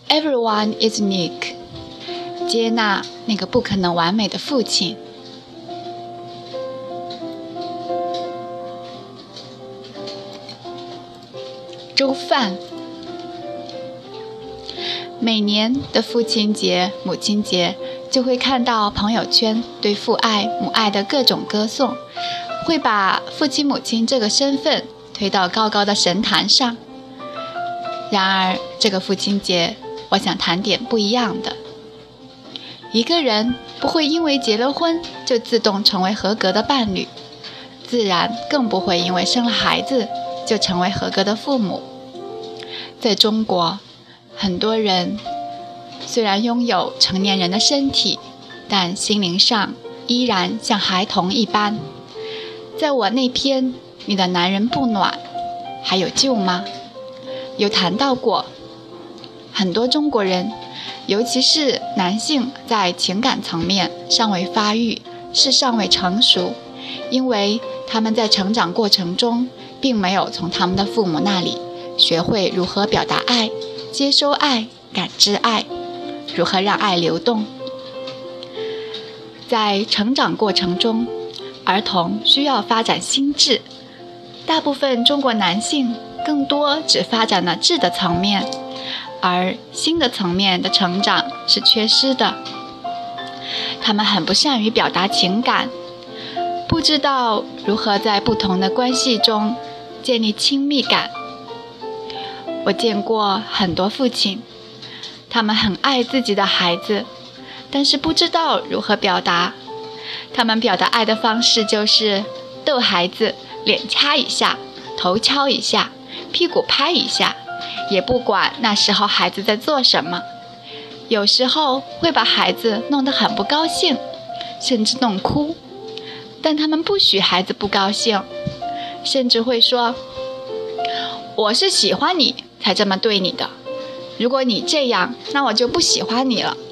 Everyone is unique， 接纳那个不可能完美的父亲。粥饭。每年的父亲节、母亲节，就会看到朋友圈对父爱、母爱的各种歌颂，会把父亲、母亲这个身份推到高高的神坛上。然而，这个父亲节，我想谈点不一样的。一个人不会因为结了婚就自动成为合格的伴侣，自然更不会因为生了孩子就成为合格的父母。在中国，很多人虽然拥有成年人的身体，但心灵上依然像孩童一般。在我那篇你的男人不暖还有救吗有谈到过，很多中国人，尤其是男性，在情感层面尚未发育，是尚未成熟，因为他们在成长过程中并没有从他们的父母那里学会如何表达爱、接收爱、感知爱，如何让爱流动。在成长过程中，儿童需要发展心智，大部分中国男性更多只发展了智的层面，而心的层面的成长是缺失的。他们很不善于表达情感，不知道如何在不同的关系中建立亲密感。我见过很多父亲，他们很爱自己的孩子，但是不知道如何表达。他们表达爱的方式就是逗孩子，脸掐一下，头敲一下，屁股拍一下，也不管那时候孩子在做什么。有时候会把孩子弄得很不高兴，甚至弄哭，但他们不许孩子不高兴，甚至会说，我是喜欢你才这么对你的，如果你这样，那我就不喜欢你了。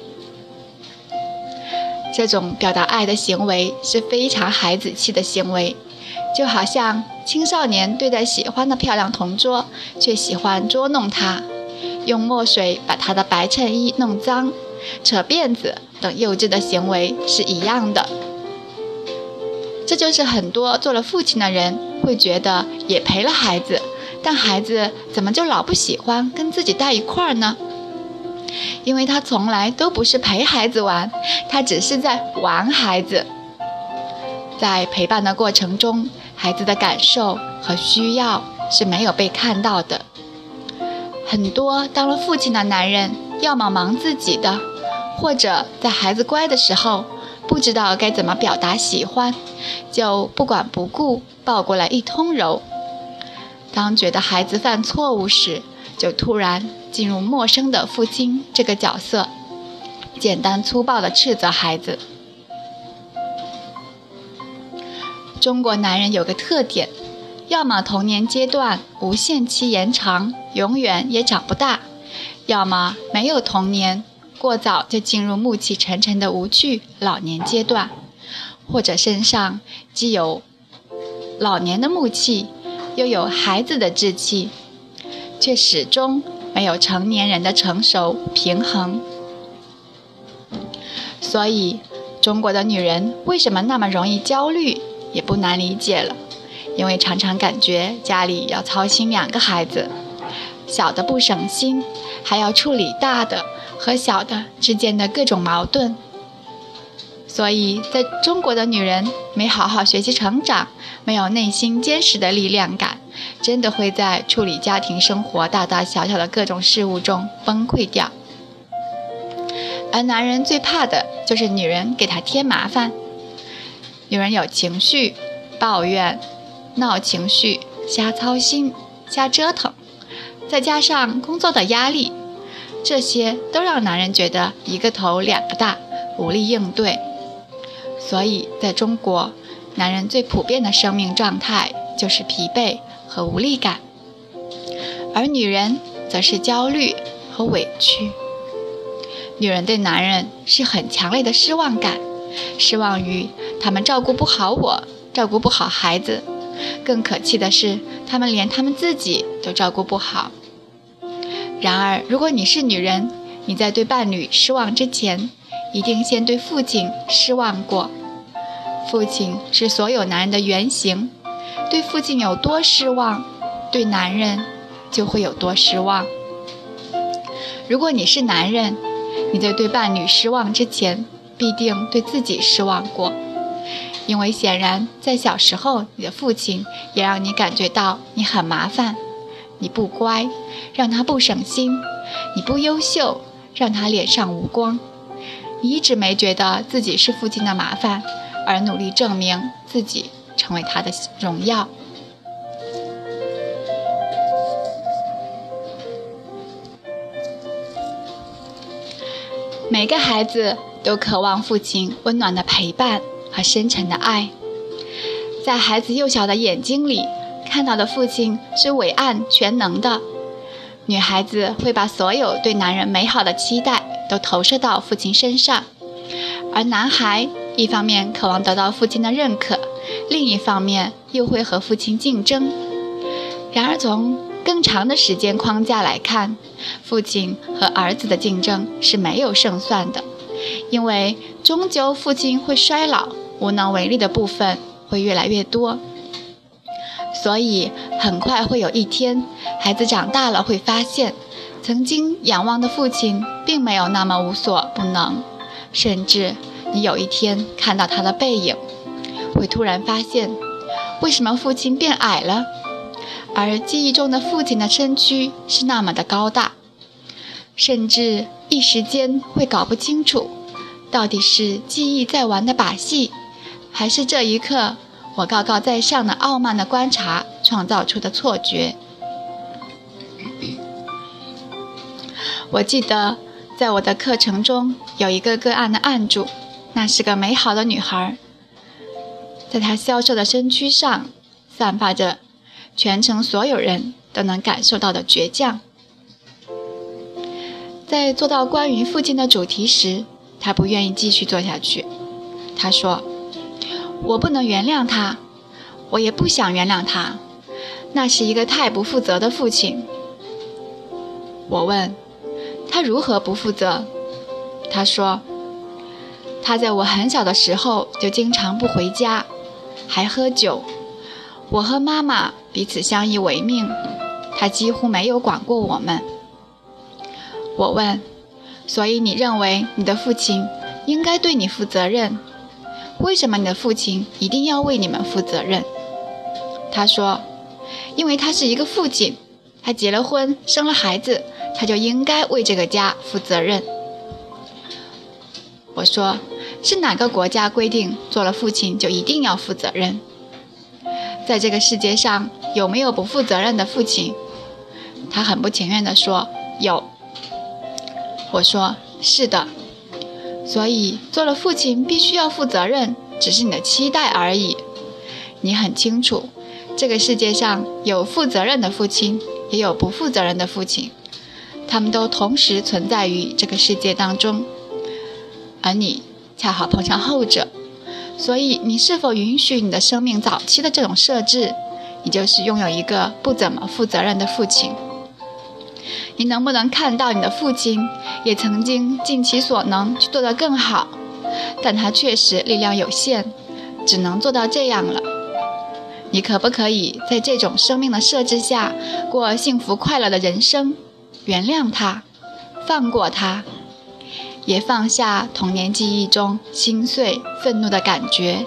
这种表达爱的行为是非常孩子气的行为，就好像青少年对待喜欢的漂亮同桌，却喜欢捉弄她，用墨水把她的白衬衣弄脏，扯辫子等幼稚的行为是一样的。这就是很多做了父亲的人会觉得也陪了孩子，但孩子怎么就老不喜欢跟自己待一块儿呢？因为他从来都不是陪孩子玩，他只是在玩孩子。在陪伴的过程中，孩子的感受和需要是没有被看到的。很多当了父亲的男人，要么忙自己的，或者在孩子乖的时候不知道该怎么表达喜欢，就不管不顾抱过来一通揉。当觉得孩子犯错误时，就突然进入陌生的父亲这个角色，简单粗暴地斥责孩子。中国男人有个特点，要么童年阶段无限期延长，永远也长不大，要么没有童年，过早就进入暮气沉沉的无趣老年阶段，或者身上既有老年的暮气，又有孩子的稚气，却始终没有成年人的成熟平衡。所以中国的女人为什么那么容易焦虑，也不难理解了，因为常常感觉家里要操心2个孩子，小的不省心，还要处理大的和小的之间的各种矛盾。所以在中国的女人没好好学习成长，没有内心坚实的力量感，真的会在处理家庭生活大大小小的各种事物中崩溃掉。而男人最怕的就是女人给他添麻烦。女人有情绪，抱怨、闹情绪、瞎操心、瞎折腾，再加上工作的压力，这些都让男人觉得一个头2个大，无力应对。所以在中国，男人最普遍的生命状态就是疲惫和无力感，而女人则是焦虑和委屈。女人对男人是很强烈的失望感，失望于他们照顾不好我，照顾不好孩子，更可气的是他们连他们自己都照顾不好。然而如果你是女人， 你在对伴侣失望之前，一定先对父亲失望过。父亲是所有男人的原型，对父亲有多失望，对男人就会有多失望。如果你是男人，你在对伴侣失望之前，必定对自己失望过。因为显然在小时候，你的父亲也让你感觉到你很麻烦，你不乖，让他不省心，你不优秀，让他脸上无光。你一直没觉得自己是父亲的麻烦，而努力证明自己成为他的荣耀。每个孩子都渴望父亲温暖的陪伴和深沉的爱。在孩子幼小的眼睛里，看到的父亲是伟岸全能的。女孩子会把所有对男人美好的期待都投射到父亲身上，而男孩一方面渴望得到父亲的认可，另一方面又会和父亲竞争。然而从更长的时间框架来看，父亲和儿子的竞争是没有胜算的，因为终究父亲会衰老，无能为力的部分会越来越多。所以很快会有一天，孩子长大了会发现，曾经仰望的父亲并没有那么无所不能，甚至你有一天看到他的背影，会突然发现，为什么父亲变矮了，而记忆中的父亲的身躯是那么的高大，甚至一时间会搞不清楚，到底是记忆在玩的把戏，还是这一刻我高高在上的傲慢的观察创造出的错觉。我记得在我的课程中有一个个案的案主，那是个美好的女孩，在她消瘦的身躯上散发着全城所有人都能感受到的倔强。在做到关于父亲的主题时，她不愿意继续做下去。她说，我不能原谅他，我也不想原谅他，那是一个太不负责的父亲。我问他如何不负责，他说，他在我很小的时候就经常不回家，还喝酒，我和妈妈彼此相依为命，他几乎没有管过我们。我问，所以你认为你的父亲应该对你负责任？为什么你的父亲一定要为你们负责任？他说，因为他是一个父亲，他结了婚，生了孩子，他就应该为这个家负责任。我说，是哪个国家规定做了父亲就一定要负责任？在这个世界上有没有不负责任的父亲？他很不情愿地说，有。我说，是的，所以做了父亲必须要负责任，只是你的期待而已。你很清楚，这个世界上有负责任的父亲，也有不负责任的父亲，他们都同时存在于这个世界当中，而你恰好碰上后者。所以你是否允许你的生命早期的这种设置，你就是拥有一个不怎么负责任的父亲。你能不能看到你的父亲也曾经尽其所能去做得更好，但他确实力量有限，只能做到这样了。你可不可以在这种生命的设置下过幸福快乐的人生？原谅他，放过他，也放下童年记忆中心碎愤怒的感觉。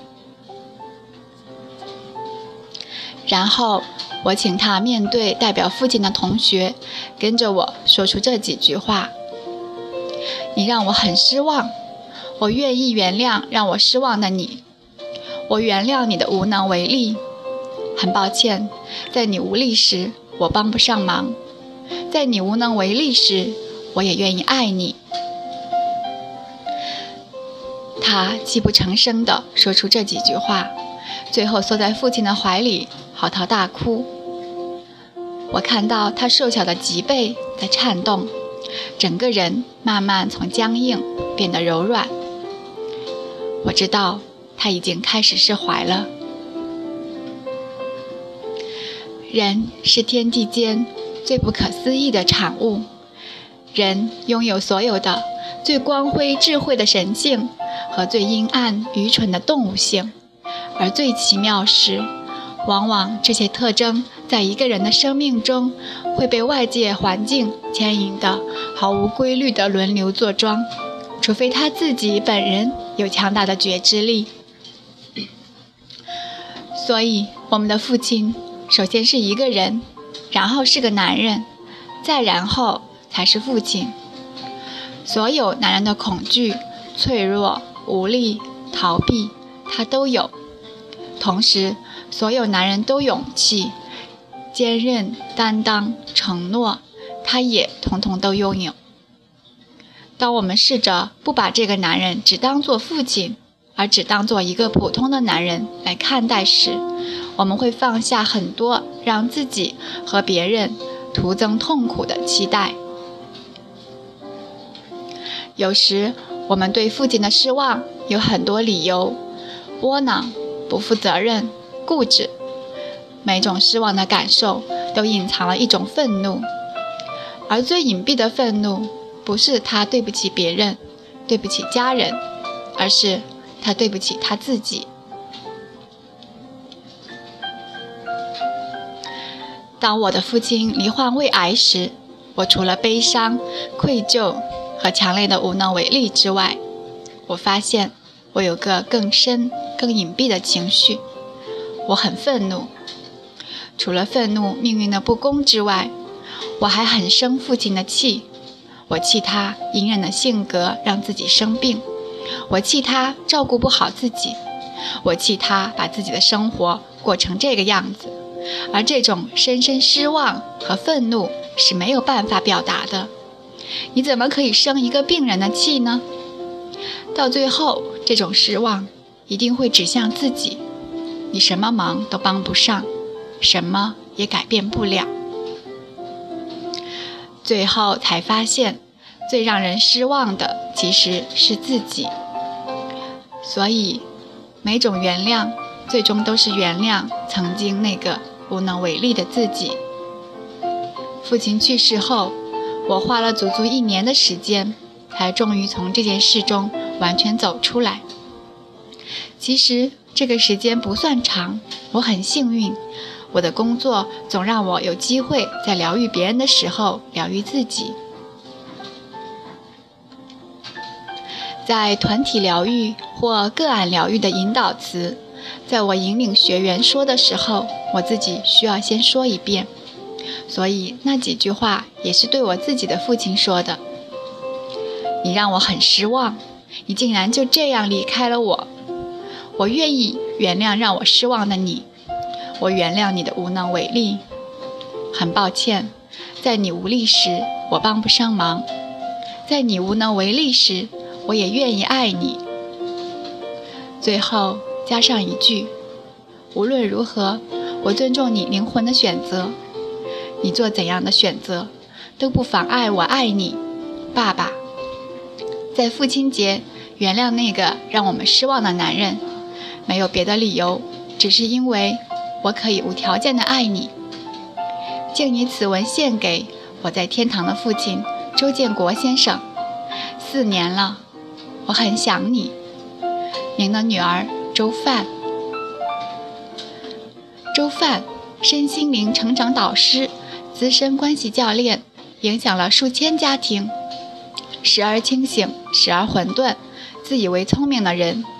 然后我请他面对代表父亲的同学，跟着我说出这几句话：你让我很失望，我愿意原谅让我失望的你，我原谅你的无能为力，很抱歉，在你无力时我帮不上忙，在你无能为力时我也愿意爱你。他泣不成声地说出这几句话，最后缩在父亲的怀里嚎啕大哭。我看到他瘦小的脊背在颤动，整个人慢慢从僵硬变得柔软。我知道他已经开始释怀了。人是天地间最不可思议的产物， 人拥有所有的最光辉智慧的神性和最阴暗愚蠢的动物性，而最奇妙是，往往这些特征在一个人的生命中会被外界环境牵引的毫无规律的轮流坐庄，除非他自己本人有强大的觉知力。所以我们的父亲首先是一个人，然后是个男人，再然后才是父亲。所有男人的恐惧、脆弱、无力、逃避，他都有。同时，所有男人都勇气、坚韧、担当、承诺，他也统统都拥有。当我们试着不把这个男人只当作父亲，而只当作一个普通的男人来看待时，我们会放下很多让自己和别人徒增痛苦的期待。有时我们对父亲的失望有很多理由：窝囊、不负责任、固执。每种失望的感受都隐藏了一种愤怒，而最隐蔽的愤怒不是他对不起别人，对不起家人，而是他对不起他自己。当我的父亲罹患胃癌时，我除了悲伤、愧疚和强烈的无能为力之外，我发现我有个更深、更隐蔽的情绪，我很愤怒。除了愤怒命运的不公之外，我还很生父亲的气。我气他隐忍的性格让自己生病，我气他照顾不好自己，我气他把自己的生活过成这个样子。而这种深深失望和愤怒是没有办法表达的。你怎么可以生一个病人的气呢？到最后，这种失望一定会指向自己，你什么忙都帮不上，什么也改变不了。最后才发现，最让人失望的其实是自己。所以，每种原谅最终都是原谅曾经那个无能为力的自己。父亲去世后，我花了足足1年的时间，才终于从这件事中完全走出来。其实这个时间不算长，我很幸运，我的工作总让我有机会在疗愈别人的时候疗愈自己。在团体疗愈或个案疗愈的引导词，在我引领学员说的时候，我自己需要先说一遍，所以那几句话也是对我自己的父亲说的。你让我很失望，你竟然就这样离开了我。我愿意原谅让我失望的你，我原谅你的无能为力。很抱歉，在你无力时，我帮不上忙；在你无能为力时，我也愿意爱你。最后加上一句：无论如何，我尊重你灵魂的选择。你做怎样的选择，都不妨碍我爱你，爸爸。在父亲节，原谅那个让我们失望的男人，没有别的理由，只是因为我可以无条件的爱你。敬以此文献给我在天堂的父亲周建国先生。4年了，我很想你。您的女儿周范。周范，身心灵成长导师，资深关系教练，影响了数千家庭。时而清醒，时而混沌，自以为聪明的人，